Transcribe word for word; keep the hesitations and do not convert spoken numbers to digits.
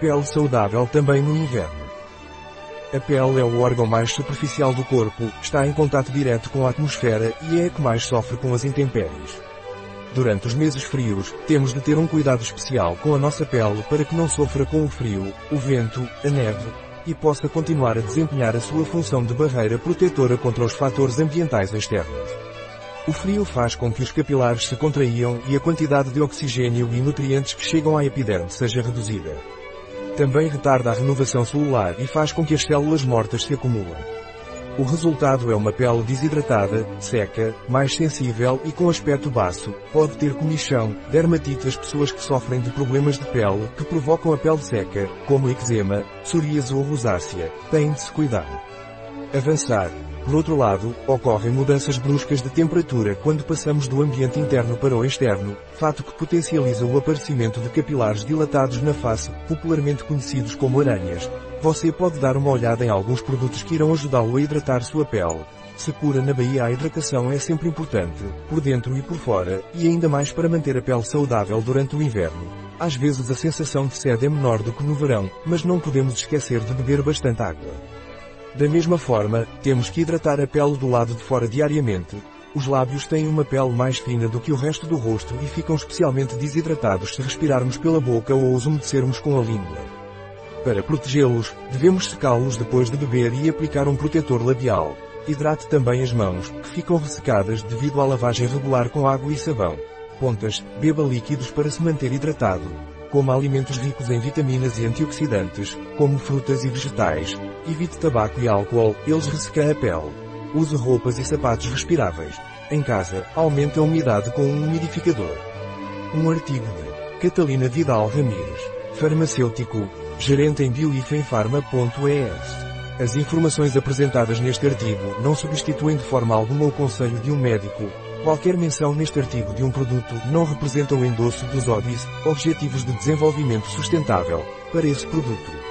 Pele saudável também no inverno. A pele é o órgão mais superficial do corpo, está em contato direto com a atmosfera e é a que mais sofre com as intempéries. Durante os meses frios, temos de ter um cuidado especial com a nossa pele para que não sofra com o frio, o vento, a neve, e possa continuar a desempenhar a sua função de barreira protetora contra os fatores ambientais externos. O frio faz com que os capilares se contraíam e a quantidade de oxigênio e nutrientes que chegam à epiderme seja reduzida. Também retarda a renovação celular e faz com que as células mortas se acumulem. O resultado é uma pele desidratada, seca, mais sensível e com aspecto baço. Pode ter comichão, dermatite. As pessoas que sofrem de problemas de pele que provocam a pele seca, como eczema, psoríase ou rosácea, têm de se cuidar. Avançar. Por outro lado, ocorrem mudanças bruscas de temperatura quando passamos do ambiente interno para o externo, fato que potencializa o aparecimento de capilares dilatados na face, popularmente conhecidos como aranhas. Você pode dar uma olhada em alguns produtos que irão ajudá-lo a hidratar sua pele. Secura na Bahia. A hidratação é sempre importante, por dentro e por fora, e ainda mais para manter a pele saudável durante o inverno. Às vezes a sensação de sede é menor do que no verão, mas não podemos esquecer de beber bastante água. Da mesma forma, temos que hidratar a pele do lado de fora diariamente. Os lábios têm uma pele mais fina do que o resto do rosto e ficam especialmente desidratados se respirarmos pela boca ou os umedecermos com a língua. Para protegê-los, devemos secá-los depois de beber e aplicar um protetor labial. Hidrate também as mãos, que ficam ressecadas devido à lavagem regular com água e sabão. Pontas, beba líquidos para se manter hidratado. Coma alimentos ricos em vitaminas e antioxidantes, como frutas e vegetais. Evite tabaco e álcool, eles ressecam a pele. Use roupas e sapatos respiráveis. Em casa, aumente a umidade com um umidificador. Um artigo de Catalina Vidal Ramírez, farmacêutico, gerente em bioifenfarma ponto es. As informações apresentadas neste artigo não substituem de forma alguma o conselho de um médico. Qualquer menção neste artigo de um produto não representa o endosso dos O D I S, Objetivos de Desenvolvimento Sustentável, para esse produto.